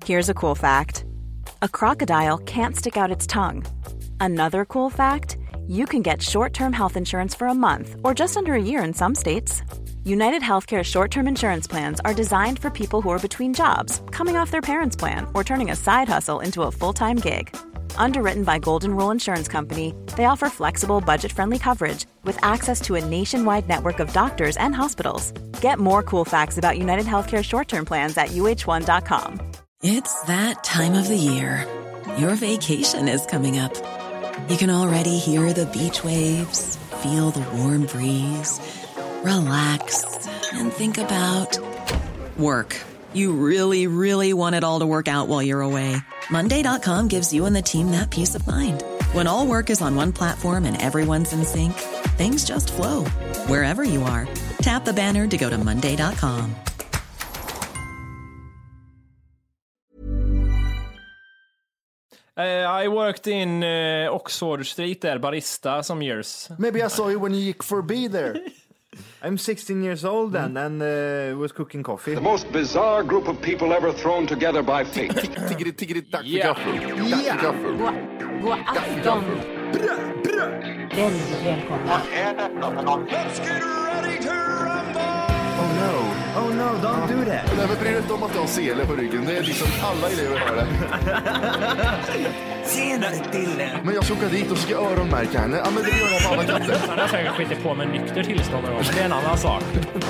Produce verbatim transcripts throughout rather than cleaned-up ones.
Here's a cool fact. A crocodile can't stick out its tongue. Another cool fact, you can get short-term health insurance for a month or just under a year in some states. United Healthcare short-term insurance plans are designed for people who are between jobs, coming off their parents' plan, or turning a side hustle into a full-time gig. Underwritten by Golden Rule Insurance Company, they offer flexible, budget-friendly coverage with access to a nationwide network of doctors and hospitals. Get more cool facts about United Healthcare short-term plans at U H one dot com. It's that time of the year. Your vacation is coming up. You can already hear the beach waves, feel the warm breeze, relax, and think about work. You really, really want it all to work out while you're away. Monday dot com gives you and the team that peace of mind. When all work is on one platform and everyone's in sync, things just flow. Wherever you are, tap the banner to go to Monday dot com. Uh, I worked in uh, Oxford Street there, barista some years. Maybe I saw you when you gick förbi there. I'm sixteen years old then and uh, was cooking coffee. The most bizarre group of people ever thrown togetger by fate. Tiggeri, tiggeri, tack för Ja. gaffel. Tack för gaffel. God afton. Väldigt välkomna. Oh no. Oh no, don't do that. Nej, men bryr dig inte om att du har sele på ryggen. Det är liksom alla elever har det. Senare till det. Men jag ska åka dit och ska öronmärka henne. Ja, men det gör jag på alla katter. Han har säkert skitit på med nykter tillstånd någon gång, men det är en annan sak.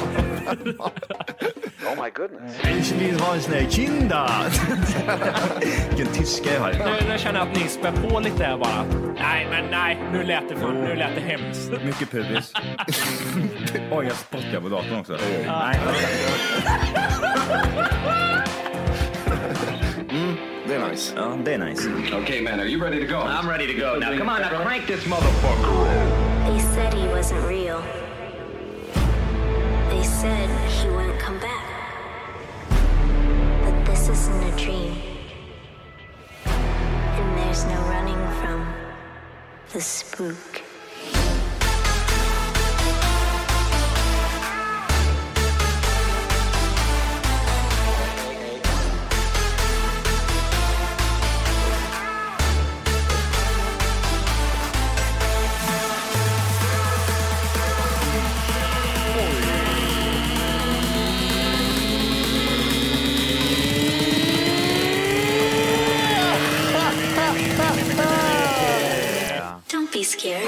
Oh my goodness. Ich vill ha en sån här kinda. Vilken tyska jag har. Nu, nu känner jag att ni spär på lite här bara. Nej, men nej, nu lät det, för, nu lät det hemskt. Mycket pubis. Oj, jag spottar på datorn också. Nej. Mm, det är nice. Ja, det är nice. Okay, man, are you ready to go? I'm ready to go. Now, come on, now crank this motherfucker. They said he wasn't real. They said he wouldn't come back. But this isn't a dream. And there's no running from the spook. Be scared.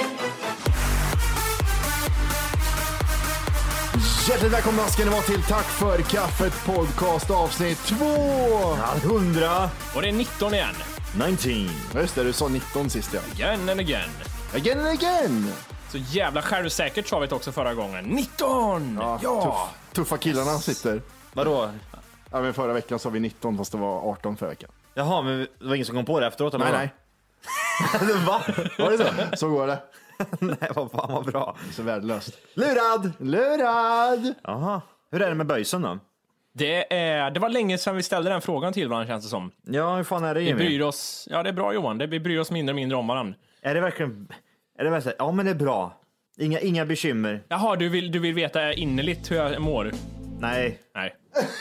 Hjärtligt välkomna ska ni vara till Tack för kaffet podcast avsnitt tvåhundra. Och det är nitton igen. nitton. Just det, du sa nitton sist ja. Again and again. Again and again. Så jävla självsäkert sa vi det också förra gången. nitton! Ja, Ja! Tuff, tuffa killarna sitter. Vadå? Ja, men förra veckan sa vi nitton fast det var arton förra veckan. Jaha, men det var ingen som kom på det efteråt? Eller Nej, vad? nej. Va? Var det så? Så går det. Nej, vad fan vad bra. Så värdelöst. Lurad! Lurad! Jaha. Hur är det med böjsen då? Det, är, det var länge sedan vi ställde den frågan till varandra, känns det som. Ja, hur fan är det, Vi Jimmy? bryr oss, ja det är bra Johan, det, vi bryr oss mindre och mindre om varandra. Är det verkligen... Är det verkligen... Ja, men det är bra. Inga, inga bekymmer. Jaha, du vill, du vill veta innerligt hur jag mår? Nej. Nej.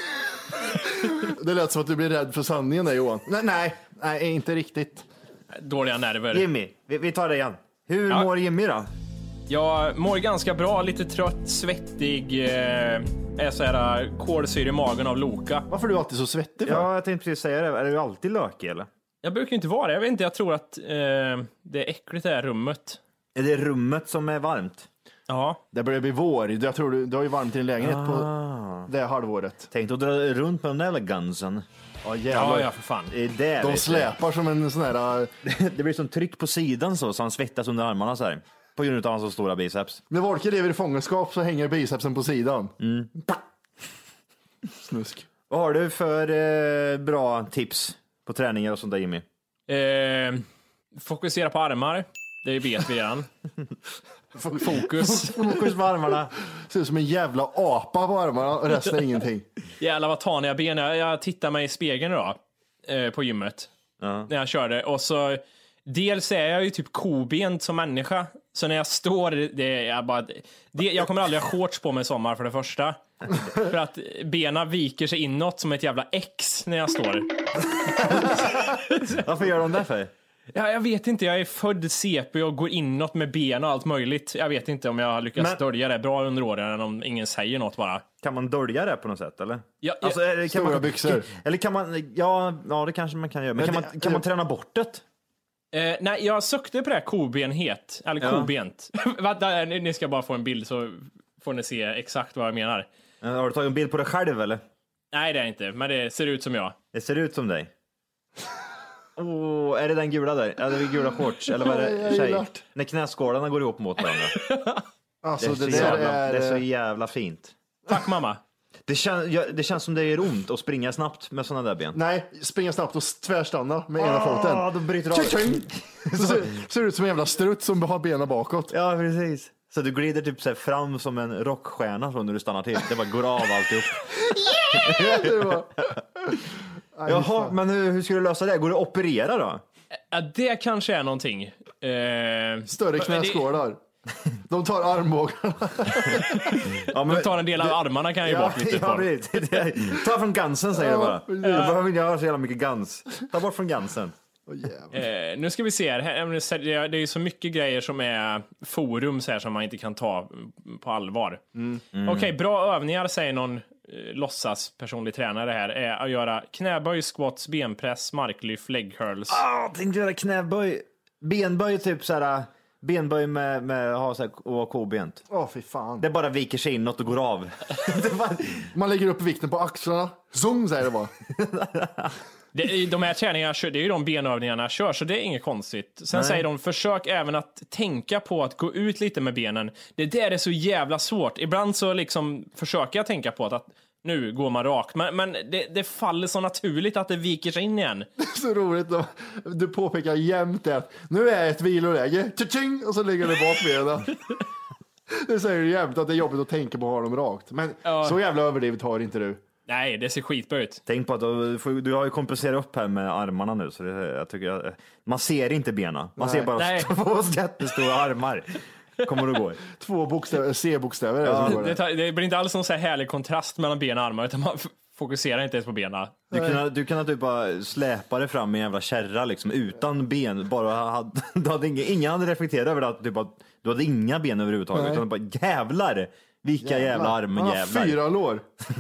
Det lät som att du blir rädd för sanningen där, Johan. Nej, nej, nej, inte riktigt. Dåliga nerver. Jimmy, vi, vi tar det igen. Hur Ja. mår Jimmy då? Jag mår ganska bra, lite trött, svettig, eh, är så här kolsyra i magen av Loka. Varför är du alltid så svettig för? Ja, jag tänkte precis säga det. Är du alltid lökig eller? Jag brukar inte vara det, jag vet inte, jag tror att eh, det är äckligt det här rummet. Är det rummet som är varmt? Ja. Det börjar bli vår. Jag tror du, du har ju varmt i din lägenhet Ah. på det halvåret. Tänk att dra runt med de där gunsen. Ja, Ja, jävlar. ja, för fan. Det är det, De vet släpar som en sån här... du. Det blir som tryck på sidan så, så han svettas under armarna så här. På grund av hans så stora biceps. När Volker lever i fångenskap så hänger bicepsen på sidan. Mm. Snusk. Vad har du för eh, bra tips på träningar och sånt där, Jimmy? Eh, fokusera på armar, det vet vi redan. Fokus. Fokus på armarna. Ser ut som en jävla apa på armarna och resten är ingenting. Jävlar vad taniga ben. Jag, jag tittar mig i spegeln idag eh, på gymmet Ja. när jag körde. Och så dels är jag ju typ kobent som människa. Så när jag står, det är jag bara... Det, jag kommer aldrig ha shorts på mig i sommar för det första. För att benen viker sig inåt som ett jävla X när jag står. Varför gör de det för? Ja, jag vet inte, jag är född C P och går inåt med ben och allt möjligt. Jag vet inte om jag har lyckats Men... dölja det bra under åren eller om ingen säger något bara. Kan man dölja det på något sätt, eller? Ja, alltså, är det, kan stora man, byxor. Kan, eller kan man, ja, ja, det kanske man kan göra. Men, men kan, det, man, kan man träna bort det? Eh, nej, jag sökte på det här kobenhet, eller ja. kobent. Vänta, ni ska bara få en bild så får ni se exakt vad jag menar. Har du tagit en bild på dig själv, eller? Nej, det är inte, men det ser ut som jag. Det ser ut som dig. Åh, oh, är det den gula där? Är det gula shorts? Eller vad är det? Tjej? När knäskålarna går ihop mot varandra. Alltså, det, är det, så där jävla, är... det är så jävla fint. Tack, mamma. Det, kän, ja, det känns som det gör ont att springa snabbt med sådana där ben. Nej, springa snabbt och tvärstanna med ena foten. Ja, då bryter du av. Så ser, ser ut som en jävla strutt som har benen bakåt. Ja, precis. Så du glider typ så här fram som en rockstjärna så när du stannar till. Det bara går av alltihop. Det var... Jaha, men hur, hur ska du lösa det? Går det att operera då? Ja, det kanske är någonting. Eh, Större knäskålar. De tar armbågarna. Ja, men, de tar en del av det, armarna kan ju ja, bort lite. Ja, det, ta från gansen säger ja, jag bara. Jag behöver inte ha så jävla mycket gans. Ta bort från gansen. Oh, eh, nu ska vi se här. Det är ju så mycket grejer som är forum så här, som man inte kan ta på allvar. Mm. Mm. Okej, okay, bra övningar säger någon eh, låtsas personlig tränare här är att göra knäböj, squats, benpress, marklyft, leg curls. Ah, jag tänkte göra knäböj. Benböj typ så här. Benböj med, med ha så här O K-bent. Åh, oh, fy fan. Det bara viker sig inåt och går av. bara... Man lägger upp vikten på axlarna. Zoom säger det bara. Det, de här träningarna, det är ju de benövningarna kör, så det är inget konstigt. Sen Nej. säger de, försök även att tänka på att gå ut lite med benen. Det där är så jävla svårt. Ibland så liksom försöker jag tänka på att, att nu går man rakt. Men, men det, det faller så naturligt att det viker sig in igen. Det är så roligt. Då. Du påpekar jämt att nu är ett viloläge. Tching, och så ligger det bak benen. Det säger du jämt att det är jobbigt att tänka på att ha dem rakt. Men ja. Så jävla överdrivet har inte du. Nej, det ser skitbra ut. Tänk på att du, du har ju kompenserat upp här med armarna nu. Så det, jag tycker jag, man ser inte benen. Man Nej. ser bara Nej. två jättestora armar. Kommer det gå? Två bokstäver, C-bokstäver. Ja, det, tar, det blir inte alls någon så här härlig kontrast mellan ben och armar, utan man f- fokuserar inte ens på benen. Du kan, du kan typ bara släpa dig fram med en jävla kärra liksom, utan ben. Bara hade, du hade ingen, ingen hade reflekterat över att typ, att du hade inga ben överhuvudtaget. Nej. Utan bara jävlar. Vilka jävla, jävla armjävlar. Fyra lår.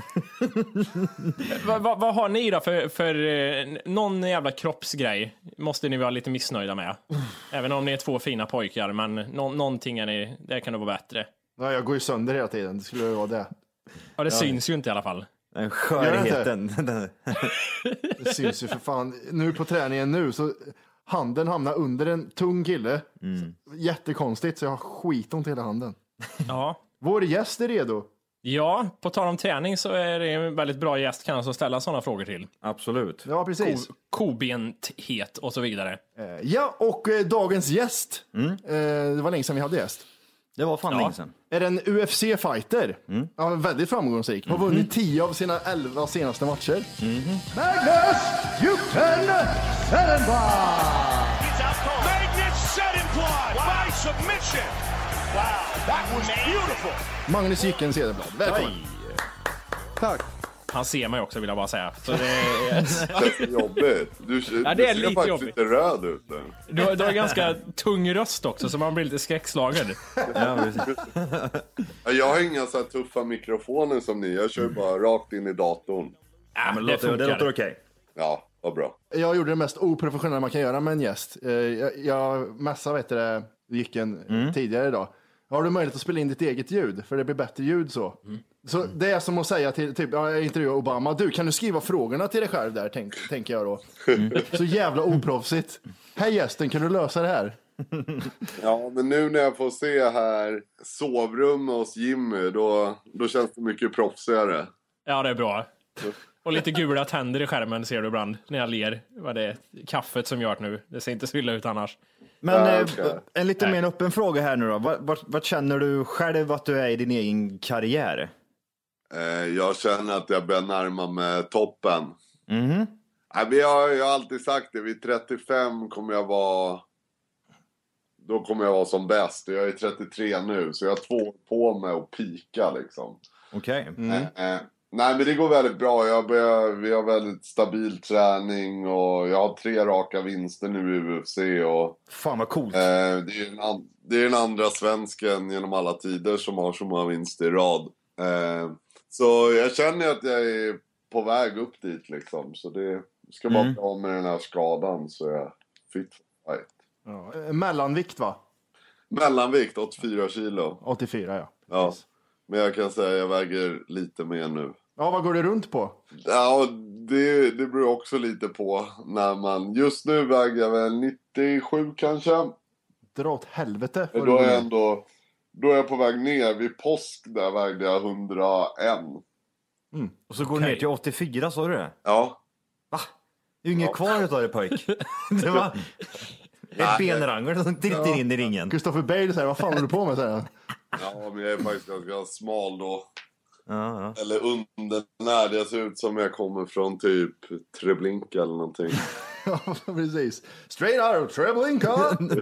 Vad va, va har ni då för, för eh, någon jävla kroppsgrej? Måste ni vara lite missnöjda med. Även om ni är två fina pojkar. Men no, någonting är ni, där kan det vara bättre. Ja, jag går ju sönder hela tiden. Det skulle vara det. Ja, det ja. syns ju inte i alla fall. Den skörheten. Det syns ju för fan. Nu på träningen nu så handen hamnar under en tung kille. Mm. Jättekonstigt, så jag har skitont i hela handen. Ja. Vår gäst är redo. Ja, på tal om träning så är det en väldigt bra gäst kan alltså ställa sådana frågor till. Absolut. Ja, precis. Ko- kobenthet och så vidare. Eh, ja, och eh, dagens gäst. Mm. Eh, det var länge sedan vi hade gäst. Det var fan ja. länge sedan. Är en U F C-fighter. Mm. Ja, väldigt framgångsrik. Har vunnit tio av sina elva senaste matcher. Mm-hmm. Magnus Djupten Sörenblad! Magnus Sörenblad by submission! Wow, that was beautiful! Magnus Jycken Cederblad, välkommen. Oj. Tack. Han ser mig också, vill jag bara säga. Så det är, det är jobbigt. Du, ja, det är du ser lite faktiskt jobbigt. lite röd ut. Du har, du har ganska tung röst också, så man blir lite skräckslagen. Ja, jag har inga så här tuffa mikrofoner som ni. Jag kör bara rakt in i datorn. Ja, men det, det, låter, det låter okej. Okay. Ja, vad bra. Jag gjorde det mest oprofessionella man kan göra med en gäst. Jag, jag mässade, vet du, Jycken mm. tidigare idag. Har du möjlighet att spela in ditt eget ljud? För det blir bättre ljud så. Mm. Så det är som att säga till, typ, jag intervjuar Obama. Du, kan du skriva frågorna till dig själv där, tänk, tänker jag då. Mm. Så jävla oproffsigt. Hej gästen, kan du lösa det här? Ja, men nu när jag får se här sovrum hos Jimmy, då, då känns det mycket proffsigare. Ja, det är bra. Och lite gula tänder i skärmen ser du ibland när jag ler. Vad det är kaffet som gör nu. Det ser inte så illa ut annars. Men ja, okay. eh, en lite mer öppen fråga här nu då. Vad, vad, vad känner du själv att du är i din egen karriär? Eh, jag känner att jag börjar närma mig toppen. Mm-hmm. Nej, men jag, jag har alltid sagt det. Vid trettiofem kommer jag vara... Då kommer jag vara som bäst. Jag är trettiotre nu, så jag har två år på mig att pika liksom. Okej. Okay. Mm. Eh, eh. Nej, men det går väldigt bra. Jag börjar, vi har väldigt stabil träning och jag har tre raka vinster nu i U F C. Och, fan vad coolt. Eh, det, är den an- det är den andra svensken genom alla tider som har så många vinster i rad. Eh, så jag känner att jag är på väg upp dit liksom. Så det ska bara Mm. bra med den här skadan så jag är fit for fight. Ja. Mellanvikt va? Mellanvikt, åttiofyra kilo. åttiofyra ja. Ja. Precis. Men jag kan säga att jag väger lite mer nu. Ja, vad går det runt på? Ja, det, det beror också lite på när man... Just nu väger jag väl nittiosju kanske. Dra åt helvete. Men då är jag ändå... Då är jag på väg ner. Vid påsk där vägde jag hundraen. Mm. Och så går okay. ner till åttiofyra, sa du det? Ja. Va? Det är ju inget ja. kvar utav det, pojk. Det var... Ett benrangel som dritter ja. in i ringen. Christopher Bale säger, vad fan håller du på med? Säger han. Ja, men jag är faktiskt ganska smal då. Ja, ja. Eller under när det ser ut som jag kommer från typ Treblinka eller någonting. Ja, precis. Straight out of Treblinka!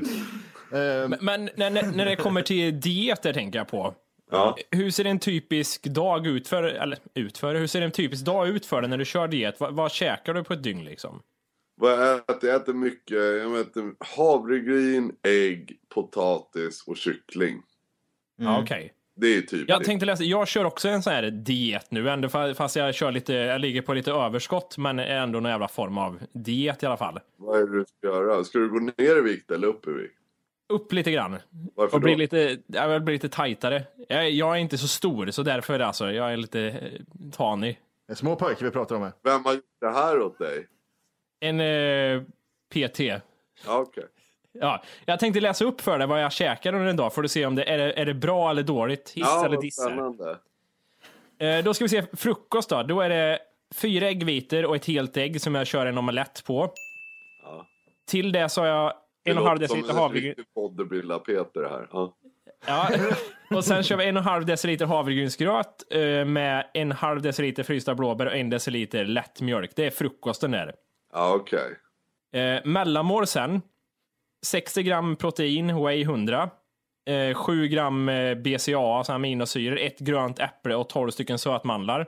men men när, när det kommer till dieter tänker jag på. Ja. Hur ser en typisk dag ut för, eller utför, hur ser en typisk dag ut för dig när du kör diet? Vad, vad käkar du på ett dygn liksom? Vad jag äter? Jag äter mycket. Jag äter havregryn, ägg, potatis och kyckling. Mm. Ja, okej. Okay. Det är typ jag det. tänkte läsa, jag kör också en sån här diet nu, ändå fast jag kör lite, jag ligger på lite överskott, men är ändå någon jävla form av diet i alla fall. Vad är det du ska göra? Ska du gå ner i vikt eller upp i vikt? Upp lite grann. Varför och bli då? lite, jag vill bli lite tajtare. Jag, jag är inte så stor, så därför är det alltså, jag är lite eh, tanig. Det är små pojkar vi pratar om här. Vem har gjort det här åt dig? En eh, P T. Ja, okej. Okay. Ja, jag tänkte läsa upp för dig vad jag käkar under en dag för att se om det är, det, är det bra eller dåligt. Hiss ja, eller dissa. Spännande. Eh, då ska vi se frukost då. Då är det fyra äggvitor och ett helt ägg som jag kör en omelett på. Ja. Till det så har jag en och en halv deciliter havregryn. Det låter som en riktig Peter här. Ja. Ja, och sen kör vi en och en halv deciliter havregrynsgröt eh, med en halv deciliter frysta blåbär och en deciliter lätt mjölk. Det är frukosten där. Ja, okej. Okay. Eh, mellanmål sen. sextio gram protein, whey hundra. Eh, sju gram eh, B C A A, aminosyror. Ett grönt äpple och tolv stycken sötmandlar.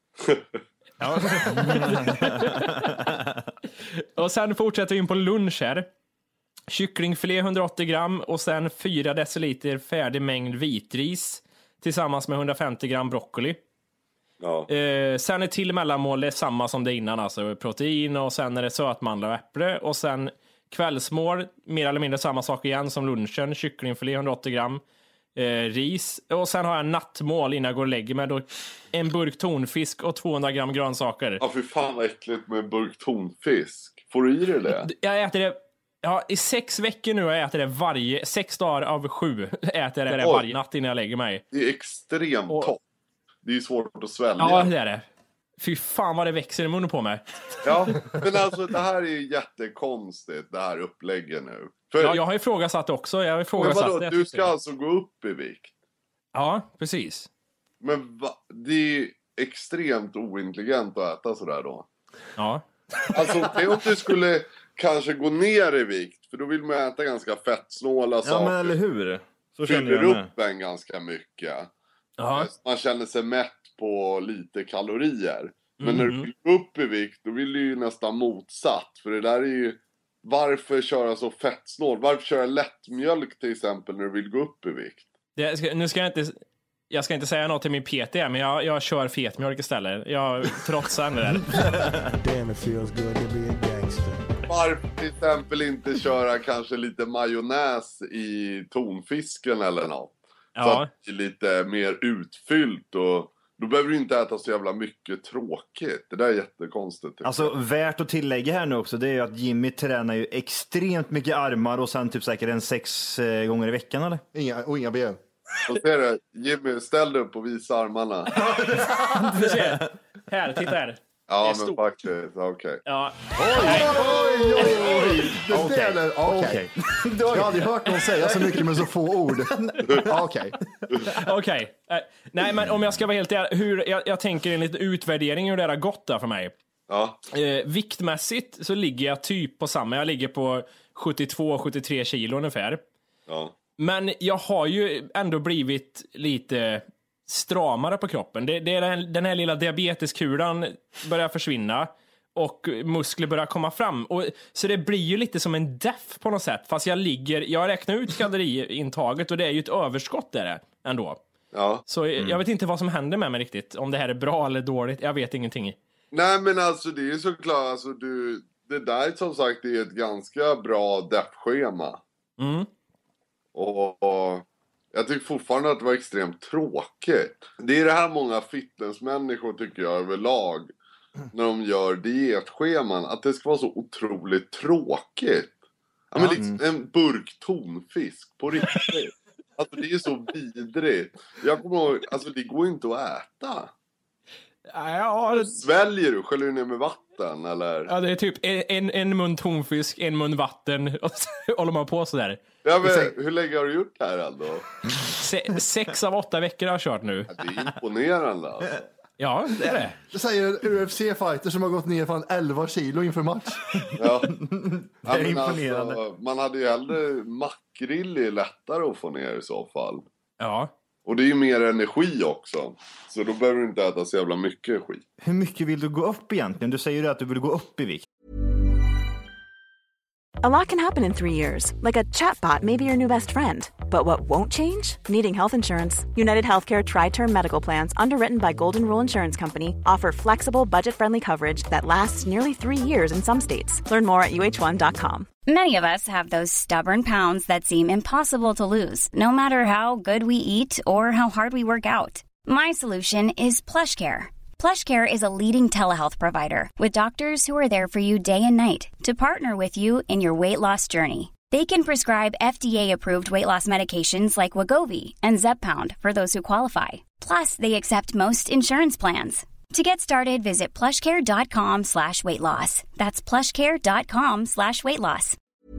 Ja. Och sen fortsätter vi in på lunch här. Kycklingfilé hundraåttio gram och sen fyra deciliter färdig mängd vitris tillsammans med hundrafemtio gram broccoli. Ja. Eh, sen är till mellanmål det samma som det innan, alltså protein och sen är det sötmandlar och äpple och sen kvällsmål, mer eller mindre samma sak igen som lunchen, kycklingfilé hundraåttio gram, eh, ris och sen har jag nattmål innan jag går och lägger mig då en burk tonfisk och tvåhundra gram grönsaker. Ja, för fan vad äckligt med en burk tonfisk. Får du i dig det? Jag äter det, ja, i sex veckor nu har jag ätit det varje, sex dagar av sju äter jag det Oj. varje natt innan jag lägger mig. Det är extremt och... topp. Det är ju svårt att svälja. Ja, det är det. Fy fan vad det växer i munnen på mig. Ja, men alltså det här är ju jättekonstigt, det här upplägget nu. För... Ja, jag har ifrågasatt också. Jag har ifrågasatt men vadå, det. du ska alltså gå upp i vikt? Ja, precis. Men va? Det är extremt ointelligent att äta sådär då. Ja. Alltså, tänk om du skulle kanske gå ner i vikt, för då vill man äta ganska fettsnåla saker. Ja, men eller hur? Så känner Fyller jag med. upp en ganska mycket. Ja. Man känner sig mätt på lite kalorier. Men Mm. när du vill gå upp i vikt, då vill du ju nästan motsatt. För det där är ju... Varför köra så fettsnål? Varför köra lättmjölk till exempel när du vill gå upp i vikt? Det ska, nu ska jag inte... Jag ska inte säga något till min P T, men jag, jag kör fetmjölk istället. Jag trotsar det där. Damn, it feels good to be a gangster. Varför till exempel inte köra kanske lite majonnäs i tonfisken eller något? Ja. Så att det är lite mer utfyllt och då behöver du inte äta så jävla mycket tråkigt. Det där är jättekonstigt. Alltså värt att tillägga här nu också, det är ju att Jimmy tränar ju extremt mycket armar och sen typ säkert en sex eh, gånger i veckan eller? Inga, och inga ben. Och ser du, Jimmy, ställ dig upp och visa armarna. Du ser. Här, titta här. Ja, men faktiskt, okej. Okay. Ja. Oj, oj, oj, oj. Det Okej, där, okej. Jag har aldrig hört någon säga så mycket med så få ord. Okej. Okej. Eh, Nej, men om jag ska vara helt ärlig, hur, jag, jag tänker en liten utvärdering hur det har gått där för mig. Ja. Eh, viktmässigt så ligger jag typ på samma. Jag ligger på sjuttiotvå sjuttiotre kilo ungefär. Ja. Men jag har ju ändå blivit lite stramare på kroppen. Det, det är den, den här lilla diabeteskulan börjar försvinna och muskler börjar komma fram. Och, så det blir ju lite som en deff på något sätt. Fast jag ligger, jag räknar ut kaloriintaget och det är ju ett överskott där det ändå. Ja. Så mm. jag vet inte vad som händer med mig riktigt. Om det här är bra eller dåligt, jag vet ingenting. Nej men alltså det är ju såklart, alltså du, det där som sagt är ett ganska bra deppschema. Mm. Och, och jag tycker fortfarande att det var extremt tråkigt. Det är det här många fitnessmänniskor tycker jag överlag. När de gör dietscheman. Att det ska vara så otroligt tråkigt. Ja, men liksom en burk tonfisk på riktigt. Alltså det är så vidrigt. Jag kommer ihåg, alltså det går inte att äta. Ja, det... Sväljer du? Sköljer du ner med vatten eller? Ja, det är typ en, en mun tonfisk, en mun vatten. Och så håller man på sådär. Ja, men hur länge har du gjort det här ändå? Se, sex av åtta veckor har jag kört nu. Ja, det är imponerande alltså. Ja, det är det. Det säger en U F C-fighter som har gått ner från elva kilo inför match. Ja, det är ja, imponerande. Alltså, man hade ju hellre makrill är lättare att få ner i så fall. Ja. Och det är ju mer energi också. Så då behöver du inte äta så jävla mycket energi. Hur mycket vill du gå upp egentligen? Du säger ju att du vill gå upp i vikt. A lot can happen in three years, like a chatbot may be your new best friend. But what won't change? Needing health insurance. United Healthcare Tri-Term Medical Plans, underwritten by Golden Rule Insurance Company, offer flexible, budget-friendly coverage that lasts nearly three years in some states. Learn more at U H one dot com. Many of us have those stubborn pounds that seem impossible to lose, no matter how good we eat or how hard we work out. My solution is PlushCare. PlushCare is a leading telehealth provider with doctors who are there for you day and night to partner with you in your weight loss journey. They can prescribe F D A-approved weight loss medications like Wegovy and Zepbound for those who qualify. Plus, they accept most insurance plans. To get started, visit plushcare.com slash weight loss. That's plushcare.com slash weight loss.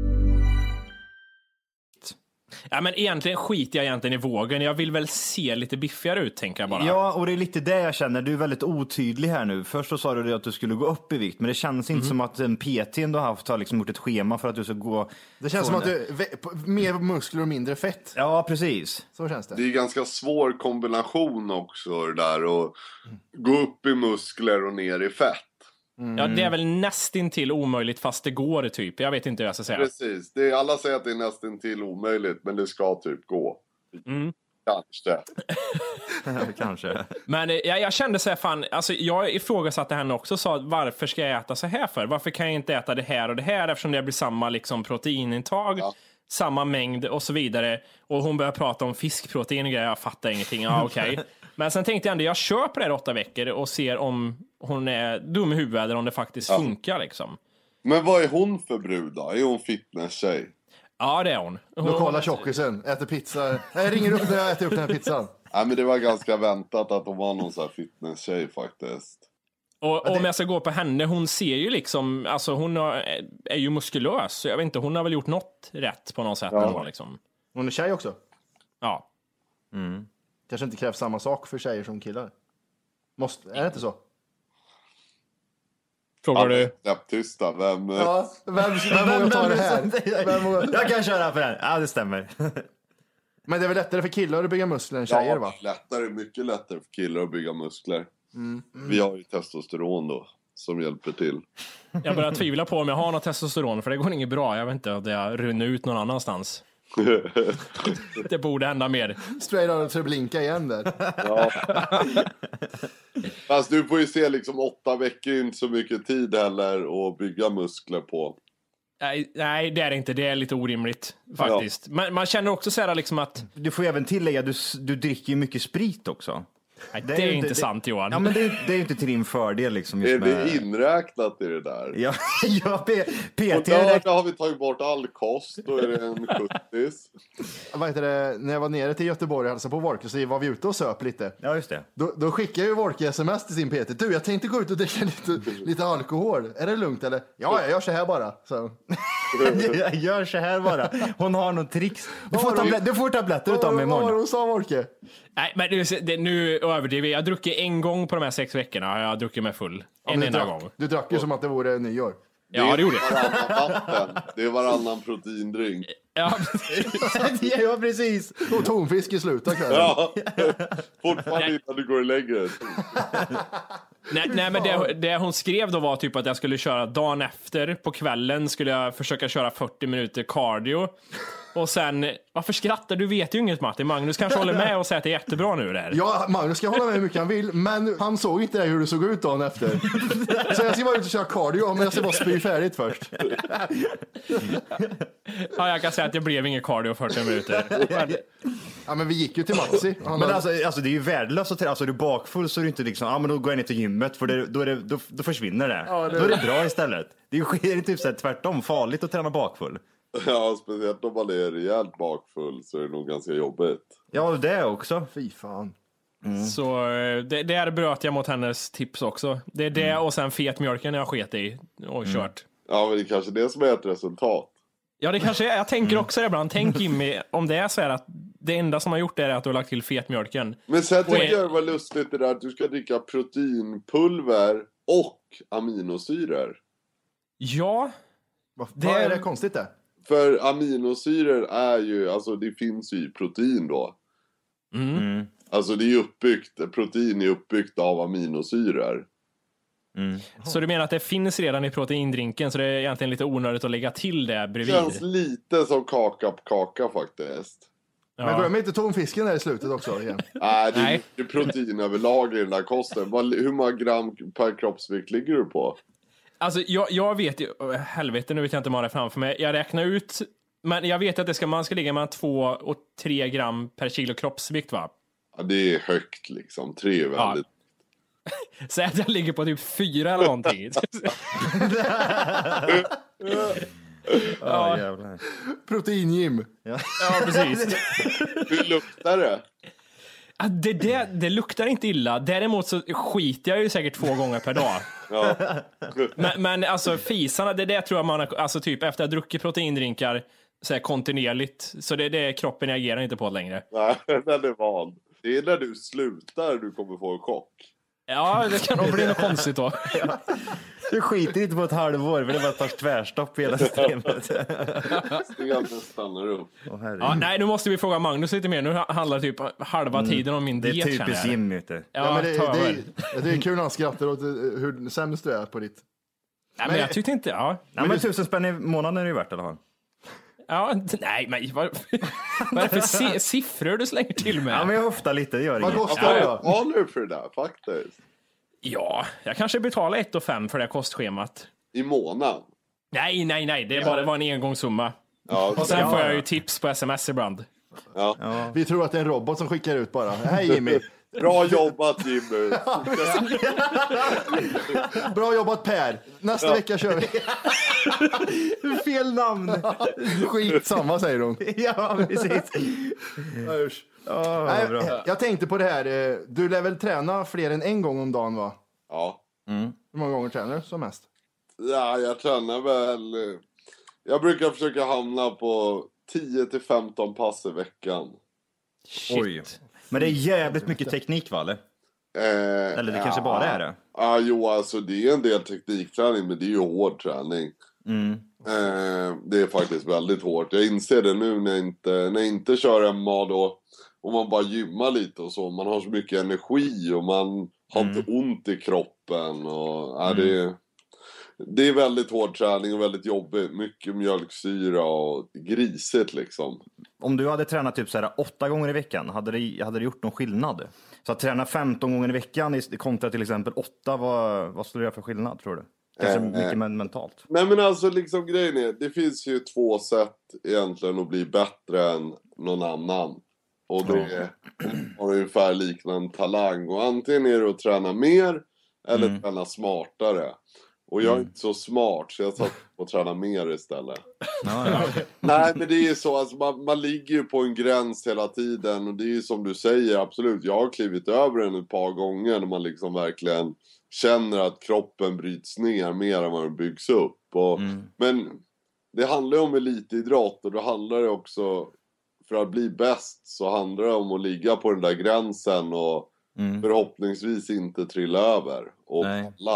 Ja, men egentligen skiter jag egentligen i vågen. Jag vill väl se lite biffigare ut, tänker jag bara. Ja, och det är lite det jag känner. Du är väldigt otydlig här nu. Först så sa du att du skulle gå upp i vikt, men det känns inte mm. som att en P T du har haft har liksom gjort ett schema för att du ska gå... Det känns som att du mer muskler och mindre fett. Ja, precis. Så känns det. Det är en ganska svår kombination också det där. Och gå upp i muskler och ner i fett. Mm. Ja, det är väl nästintill omöjligt fast det går typ. Jag vet inte hur jag ska säga. Precis. Det är, alla säger att det är nästintill omöjligt, men det ska typ gå. Mm. Kanske. Kanske. Men jag, jag kände så här, fan, alltså jag ifrågasatte henne också och sa, varför ska jag äta så här för? Varför kan jag inte äta det här och det här eftersom det blir samma liksom proteinintag, ja. Samma mängd och så vidare. Och hon började prata om fiskprotein och grejer, jag fattar ingenting. Ja, okej. Okay. Men sen tänkte jag ändå, jag kör på det här åtta veckor och ser om hon är dum i huvudet eller om det faktiskt ja. funkar liksom. Men vad är hon för brud då? Är hon fitness-tjej? Ja, det är hon. hon Lokala tjockisen, äter pizza. Jag ringer upp när jag äter upp den här pizzan. Nej, men det var ganska väntat att hon var någon sån här fitness-tjej faktiskt. Och, och om jag ska gå på henne, hon ser ju liksom, alltså hon har, är ju muskulös. Så jag vet inte, hon har väl gjort något rätt på något sätt. Ja. Ändå, liksom. Hon är tjej också. Ja. Mm. Kanske inte krävs samma sak för tjejer som killar. Måste, är det inte så? Frågar du? Ja, tysta. Vem? Ja, vem, vem, vem vågar ta det här? Vem vågar... Jag kan köra på den. Ja, det stämmer. Men det är väl lättare för killar att bygga muskler än tjejer, ja, va? lättare, mycket lättare för killar att bygga muskler. Mm. Mm. Vi har ju testosteron då, som hjälper till. Jag börjar tvivla på om jag har något testosteron, för det går inget bra. Jag vet inte att jag runnar ut någon annanstans. Det borde hända mer. Straight out to blinka igen där. Ja. Fast du får ju se liksom åtta veckor, inte så mycket tid heller att bygga muskler på. Nej, nej, det är det inte. Det är lite orimligt faktiskt. Ja. Man, man känner också så här liksom att... Du får ju även tillägga, du, du dricker ju mycket sprit också. Nej, det, det är, är inte det, sant, Johan. Ja, men det, det är ju inte till din fördel liksom. Just är det med... inräknat i det där? Ja, ja P- P T. Och där, där har vi tagit bort all kost. Då är det en sjuttio. Vad heter det? När jag var nere till Göteborg och hälsade på Volke så var vi ute och söp lite. Ja, just det. Då, då skickade ju Volke sms till sin P T. Du, jag tänkte gå ut och dricka lite, lite alkohol. Är det lugnt eller? Ja, jag gör så här bara. Så. Jag gör så här bara. Hon har någon tricks. Du får, tablet, du får tabletter utav mig imorgon. Vad var hon sa, Volke? Nej, men det, det, nu överdriver jag. Jag har druckit en gång på de här sex veckorna. Jag har druckit mig full. En enda drack, gång. Du drack ju som att det vore nyår. Ja, det gjorde jag. Varannan vatten. Det är varannan proteindrink. Ja, ja, precis. Och tonfisk i slutet. Ja, fortfarande innan du går i längre. nej, nej, men det, det hon skrev då var typ att jag skulle köra dagen efter. På kvällen skulle jag försöka köra fyrtio minuter cardio. Och sen, varför skrattar du? Vet ju inget, Martin. Magnus kanske håller med och säger att det är jättebra nu där. Ja, Magnus ska hålla med hur mycket han vill, men han såg inte det hur det såg ut dagen efter. Så jag ska bara ut och köra cardio, men jag ska bara spy färdigt först. Ja, jag kan säga att det blev ingen cardio fyrtio minuter. Ja, men vi gick ju till Maxi. Han Men har... alltså, alltså det är ju värdelöst att träna. Alltså är du bakfull så är du inte liksom, ja ah, men då går jag ner till gymmet för det, då, är det, då, då försvinner det. Ja, det... Då är det bra istället. Det är ju typ så här, tvärtom farligt att träna bakfull. Ja, speciellt om man är rejält bakfull så är det nog ganska jobbigt. Ja, det är också. Fy fan. Mm. Så det, där bröt jag mot hennes tips också. Det är det mm. och sen fetmjölken jag sket i och mm. kört. Ja, men det är kanske det som är ett resultat. Ja, det kanske är. Jag tänker också det ibland. Tänk Jimmy, om det är så här att det enda som har gjort det är att du har lagt till fetmjölken. Men sen tycker jag det var lustigt det där att du ska dricka proteinpulver och aminosyror. Ja. Vad det... är det konstigt det? För aminosyror är ju, alltså det finns ju i protein då. Mm. Mm. Alltså det är uppbyggt, protein är uppbyggt av aminosyror. Mm. Så du menar att det finns redan i proteindrinken så det är egentligen lite onödigt att lägga till det bredvid? Det känns lite som kaka på kaka faktiskt. Ja. Men glöm inte tonfisken där i slutet också igen. Nej, det är mycket protein överlag i den där kosten. Hur många gram per kroppsvikt ligger du på? Alltså jag, jag vet ju, helvete nu vet jag inte om jag har det framför mig. Jag räknar ut, men jag vet att det ska, man ska ligga mellan två och tre gram per kilo kroppsvikt va? Ja, det är högt liksom, tre är väldigt. Ja. Säg att jag ligger på typ fyra eller någonting. Ja, jävlar. Proteingym. Ja. Ja, precis. Hur luktar det? Det, det, det luktar inte illa. Däremot så skiter jag ju säkert två gånger per dag. Ja. Men, men alltså fisarna, det, det tror jag man har, alltså typ efter att ha druckit proteindrinkar så här kontinuerligt. Så det, det kroppen reagerar inte på längre. Nej, den är van. Det är när du slutar du kommer få en chock. Ja, det kan nog bli något konstigt då. Ja. Du skiter inte på ett halvår för det bara tar tvärstopp hela systemet. Steganden stannar upp. Oh, ja, nej, nu måste vi fråga Magnus lite mer. Nu handlar det typ halva mm. tiden om min diet. Det är typiskt Jimmy ute. Ja, ja, men det, det, det, det är kul när han skrattar åt hur sämst du är på ditt. Nej, men jag tyckte inte, ja. Ja, men tusen spänn i månaden är det ju värt, eller hur? Ja, nej, men vad, vad är det för si- siffror du slänger till med? Ja, men jag ofta lite, det gör vad kostar det då? Vad håller du för det där, faktiskt? Ja, jag kanske betalar ett och fem för det kostschemat. I månaden? Nej, nej, nej, det bara var en engångssumma. Ja, och sen ja, får jag ja. ju tips på sms ibland. Ja. Ja. Vi tror att det är en robot som skickar ut bara. Hej Jimmy. Bra jobbat Jimmy. Bra jobbat Per. Nästa ja. vecka kör vi. Fel namn. Skit samma säger hon. Ja, precis. Oh, Nej, bra. Jag tänkte på det här. Du lär väl träna fler än en gång om dagen va? Ja. Mm. Hur många gånger tränar du som mest? Ja, jag tränar väl. Jag brukar försöka hamna på tio till femton pass i veckan. Shit. Oj. Men det är jävligt mycket teknik, va? Eller, eh, eller det ja. kanske bara är det? Ja, jo, alltså det är en del teknikträning, men det är ju hård träning. Mm. Eh, det är faktiskt väldigt hårt. Jag inser det nu när jag inte, när jag inte kör M M A då. Och man bara gymmar lite och så. Man har så mycket energi och man har mm. inte ont i kroppen. Och, ja, mm. det, det är väldigt hård träning och väldigt jobbigt. Mycket mjölksyra och grisigt liksom. Om du hade tränat typ så här åtta gånger i veckan, hade det, hade det gjort någon skillnad? Så att träna femton gånger i veckan kontra till exempel åtta, vad, vad skulle det göra för skillnad tror du? Kanske äh, mycket men, mentalt. Nej men alltså liksom grejen är, det finns ju två sätt egentligen att bli bättre än någon annan. Och det är har ungefär liknande talang. Och antingen är det att träna mer eller mm. träna smartare. Och jag är mm. inte så smart så jag satt på att träna mer istället. Ja, ja. Nej men det är ju så, alltså, man, man ligger ju på en gräns hela tiden. Och det är ju som du säger, absolut. Jag har klivit över den ett par gånger när man liksom verkligen känner att kroppen bryts ner mer än vad den byggs upp. Och, mm. Men det handlar ju om elitidrott och det handlar ju också, för att bli bäst så handlar det om att ligga på den där gränsen och mm. förhoppningsvis inte trilla över och falla.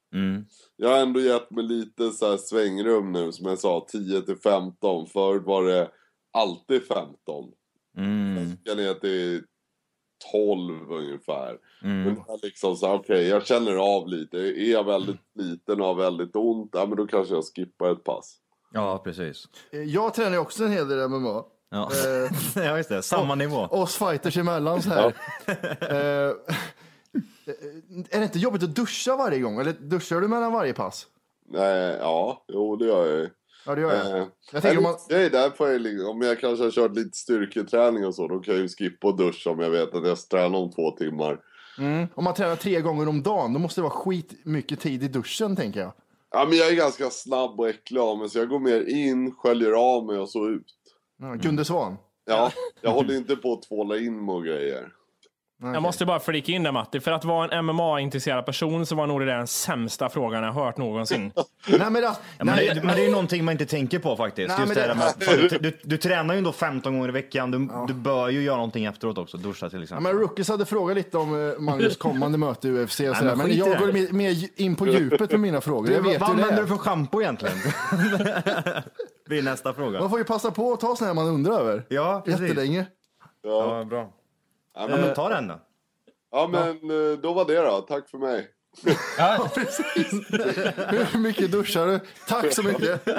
Mm. Jag har ändå gett mig lite så här svängrum nu, som jag sa, tio till femton. Förut var det alltid femton. Mm. Jag ska ner till tolv ungefär. Mm. Men det är liksom så här, okej, okay, jag känner av lite. Är jag väldigt liten och har väldigt ont, ja men då kanske jag skippar ett pass. Ja, precis. Jag tränar ju också en hel del M M A. Ja, eh, ja just det, samma och, nivå. Oss fighters emellan så här. eh, är det inte jobbigt att duscha varje gång? Eller duschar du mellan varje pass? Nej, ja, jo det gör jag. Ja, det gör jag. Eh, jag tänker om, man... det är där får jag, om jag kanske har kört lite styrketräning och så, då kan jag ju skippa och duscha om jag vet att jag ska träna om två timmar. Mm. Om man tränar tre gånger om dagen, då måste det vara skit mycket tid i duschen, tänker jag. Ja, men jag är ganska snabb och äcklig av mig, så jag går mer in, sköljer av mig och så ut. Ja, Gunde Svan. Ja, jag håller inte på att tvåla in mig och grejer. Okay. Jag måste bara flika in det, Matti. För att vara en M M A-intresserad person så var nog det den sämsta frågan jag hört någonsin. nej, men, det, ja, men, nej, det, men det är ju någonting man inte tänker på faktiskt. Nej, Just det, det, med, fan, du, du, du tränar ju ändå femton gånger i veckan. Du, ja. du bör ju göra någonting efteråt också. Duscha till exempel. Ja, men Rookies hade frågat lite om Magnus kommande möte i U F C och sådär. Men, men jag går mer, mer in på djupet med mina frågor. Jag vet vad vad använder du för shampoo egentligen? Det blir nästa fråga. Man får ju passa på att ta sådana här man undrar över. Ja, precis. Jättelänge. Ja, ja bra. Ja, men, men ta den då. Ja, men ja. Då var det då. Tack för mig. Ja, precis. Hur mycket duschar du? Tack så mycket.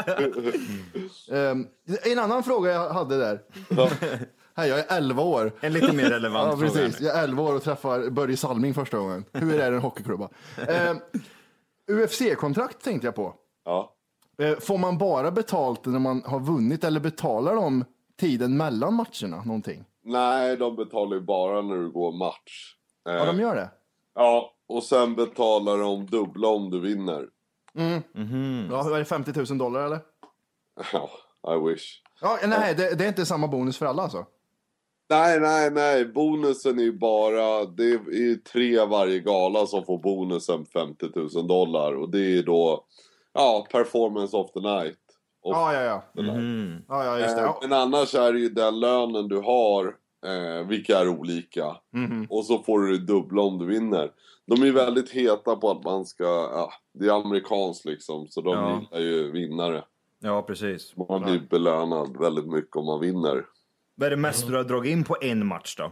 um, en annan fråga jag hade där. Ja. Hej, jag är elva år. En lite mer relevant ja, precis. Fråga. Jag är elva år och träffar Börje Salming första gången. Hur är det en hockeyklubba? Um, U F C-kontrakt tänkte jag på. Ja. Uh, får man bara betalt när man har vunnit, eller betalar de tiden mellan matcherna någonting? Nej, de betalar ju bara när du går match. Ja, de gör det? Ja, och sen betalar de dubbla om du vinner. Mm. Mm-hmm. Ja, är det femtio tusen dollar eller? Ja, I wish. Ja, nej, det, det är inte samma bonus för alla alltså? Nej, nej, nej. Bonusen är ju bara, det är tre varje gala som får bonusen femtio tusen dollar. Och det är då, ja, performance of the night. Ja, ja, ja. Mm. Ja, ja, just det. Ja. Men annars är det ju den lönen du har, eh, vilka är olika. Mm. Och så får du det dubbla om du vinner. De är väldigt heta på att man ska, ja, det är amerikanskt liksom. Så de ja. gillar ju vinnare. Ja, precis. Man blir belönad väldigt mycket om man vinner. Vad är det mest du har dragit in på en match då?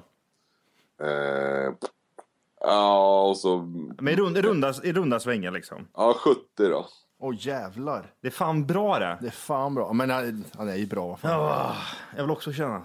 Eh, ja, och så... Men i runda, runda, i runda svängar liksom? Ja, sjuttio då. Åh oh, jävlar. Det är fan bra det. Det är fan bra. Men han, han är ju bra. Fan. Ja, jag vill också känna.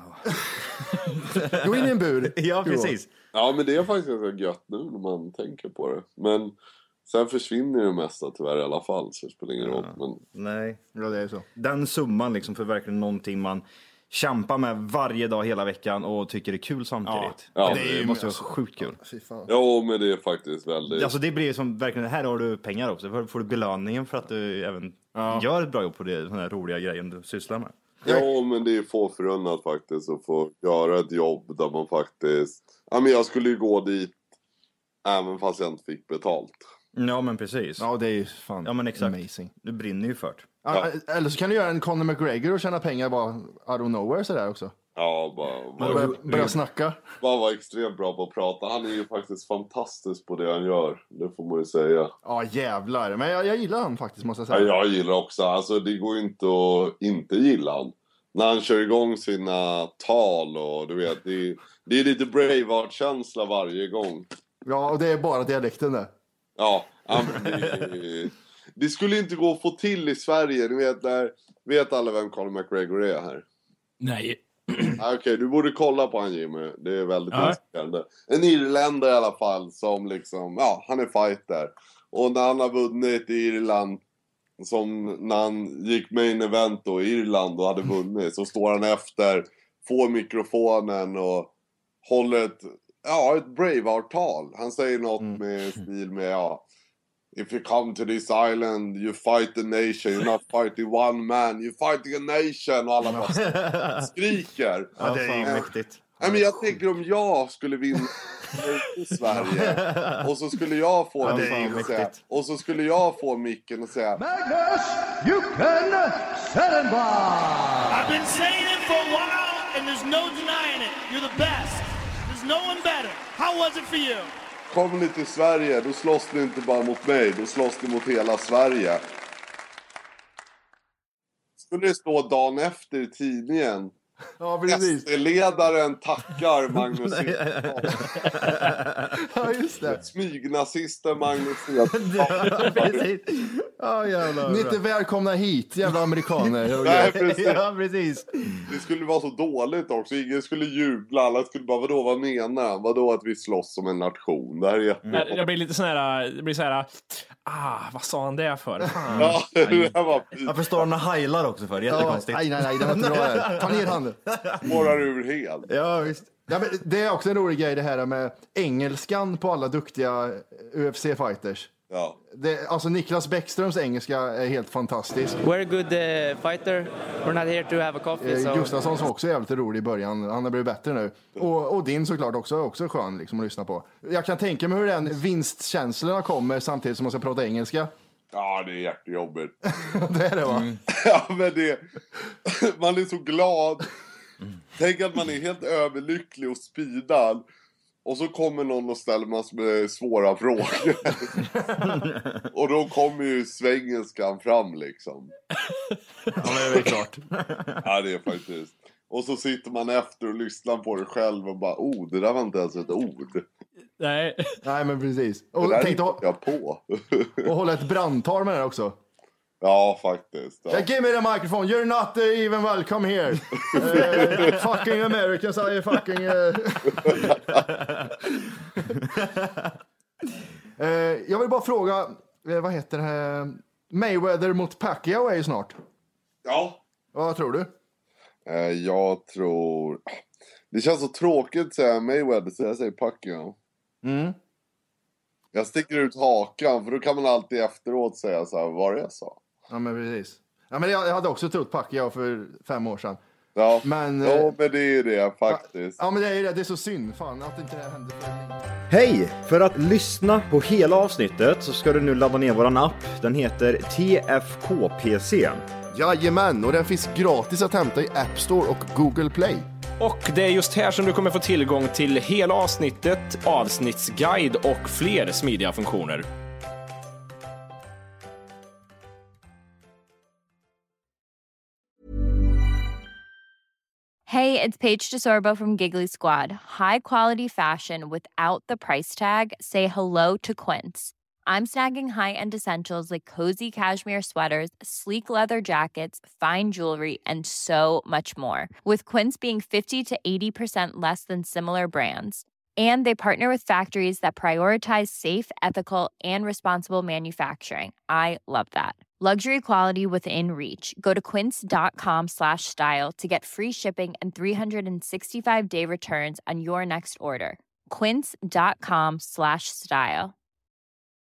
Gå in i en bur. Ja, precis. Ja, men det är faktiskt ganska gött nu när man tänker på det. Men sen försvinner det mesta tyvärr i alla fall. Så det spelar ingen roll. Ja. Men... Nej. Ja, det är så. Den summan liksom för verkligen någonting man kämpar med varje dag hela veckan och tycker det är kul samtidigt. Ja, ja, det, det måste vara sjukt kul. Ja, men det är faktiskt väldigt... Alltså det blir som verkligen, här har du pengar också. Då får du belöningen för att du även ja. gör ett bra jobb på det, den här roliga grejen du sysslar med. Ja, men det är få förunnat faktiskt att få göra ett jobb där man faktiskt... Ja, men jag skulle ju gå dit även fast jag inte fick betalt. Ja, men precis. Ja, det är ju fan ja, men exakt. amazing. Du brinner ju för det. Ja. Eller så kan du göra en Conor McGregor och tjäna pengar bara out of nowhere sådär också. Ja, bara... bara börja, börja snacka. Bara vara extremt bra på att prata. Han är ju faktiskt fantastisk på det han gör. Det får man ju säga. Ja, jävlar. Men jag, jag gillar han faktiskt, måste jag säga. Ja, jag gillar också. Alltså, det går ju inte att inte gilla han. När han kör igång sina tal och du vet, det är, det är lite Braveheart-känsla varje gång. Ja, och det är bara dialekten där. Ja, det, det skulle inte gå att få till i Sverige. Ni vet, där, vet alla vem Conor McGregor är här? Nej. Okej, okay, du borde kolla på han, Jimmy. Det är väldigt ja. inspirerande. En irländare i alla fall som liksom, ja, han är fighter. Och när han har vunnit i Irland, som när han gick med i en event då i Irland och hade vunnit, så står han efter, får mikrofonen och håller ett, ja, ett Braveheart-tal. Han säger något mm. med stil med, ja, if you come to this island, you fight the nation. You're not fighting one man, you're fighting a nation. Och alla bara skriker. Ja, det är ju mäktigt. Nej, men jag tänker om jag skulle vinna i Sverige och så skulle jag få ja, micken och säga, och så skulle jag få micken och säga Magnus Juken Serenbach. I've been saying it for a while and there's no denying it. You're the best. There's no one better. How was it for you? Kommer ni till Sverige, då slåss ni inte bara mot mig, då slåss ni mot hela Sverige. Skulle det stå dagen efter i tidningen. Ja, precis. S D-ledaren tackar Magnus Ja, just det. Smygnazisten Magnus Ja, precis. Ja, jävlar. Ni är inte välkomna hit, jävla amerikaner. Nej, precis. Ja, precis. Det skulle vara så dåligt också. Ingen skulle jubla. Alla skulle bara, vadå, vad menar han? Vadå att vi slåss som en nation? Det här är jättebra. Det blir lite sån här, det blir så här, ah, vad sa han det för? Fan. Ja, det här var Jag förstår han heilar också för, jättekonstigt. Ja, nej, nej, nej, det var inte bra där. Ta ner handen. Spårar ur helt. Ja, visst. Ja, men det är också en rolig grej det här med engelskan på alla duktiga U F C-fighters. Ja. Det, alltså Niklas Bäckströms engelska är helt fantastisk. We're a good uh, fighter. We're not here to have a coffee. Eh, So... Gustafsson som också är jävligt rolig i början. Han har blivit bättre nu. Och, och din såklart också, också skön liksom, att lyssna på. Jag kan tänka mig hur den vinstkänslorna kommer samtidigt som man ska prata engelska. Ja, det är jättejobbigt. Det är det, va? Mm. Ja, men det... Man är så glad. Tänk att man är helt överlycklig och speedad. Och så kommer någon och ställer massor med svåra frågor. Och då kommer ju svengelskan fram liksom. Ja, men det är klart. Ja, det är faktiskt. Och så sitter man efter och lyssnar på det själv och bara, oh, det där var inte ens ett ord. Nej. Nej, men precis. Och Och det där tänkte hittade jag på. och hålla ett brandtal med det också. Ja, faktiskt. Ja. Yeah, give me the microphone. You're not uh, even welcome here. Uh, fucking Americans are fucking... Uh... uh, jag vill bara fråga, uh, vad heter det här? Mayweather mot Pacquiao är ju snart. Ja. Vad tror du? Uh, jag tror... Det känns så tråkigt att säga Mayweather, så jag säger Pacquiao. Mm. Jag sticker ut hakan, för då kan man alltid efteråt säga så här, vad det jag sa. Ja, men precis. Ja, men jag, jag hade också trott Pacquiao för fem år sedan. Ja, men, ja, eh, men det är det faktiskt. Ja, men det är det. Det är så synd, fan, att inte det här hände för länge. Hej! För att lyssna på hela avsnittet så ska du nu ladda ner våran app. Den heter T F K P C. Jajamän, och den finns gratis att hämta i App Store och Google Play. Och det är just här som du kommer få tillgång till hela avsnittet, avsnittsguide och fler smidiga funktioner. Hey, it's Paige DeSorbo from Giggly Squad. High quality fashion without the price tag. Say hello to Quince. I'm snagging high-end essentials like cozy cashmere sweaters, sleek leather jackets, fine jewelry, and so much more. With Quince being fifty to eighty percent less than similar brands. And they partner with factories that prioritize safe, ethical, and responsible manufacturing. I love that. Luxury quality within reach. Go to quince.com slash style to get free shipping and three sixty-five day returns on your next order. Quince.com slash style.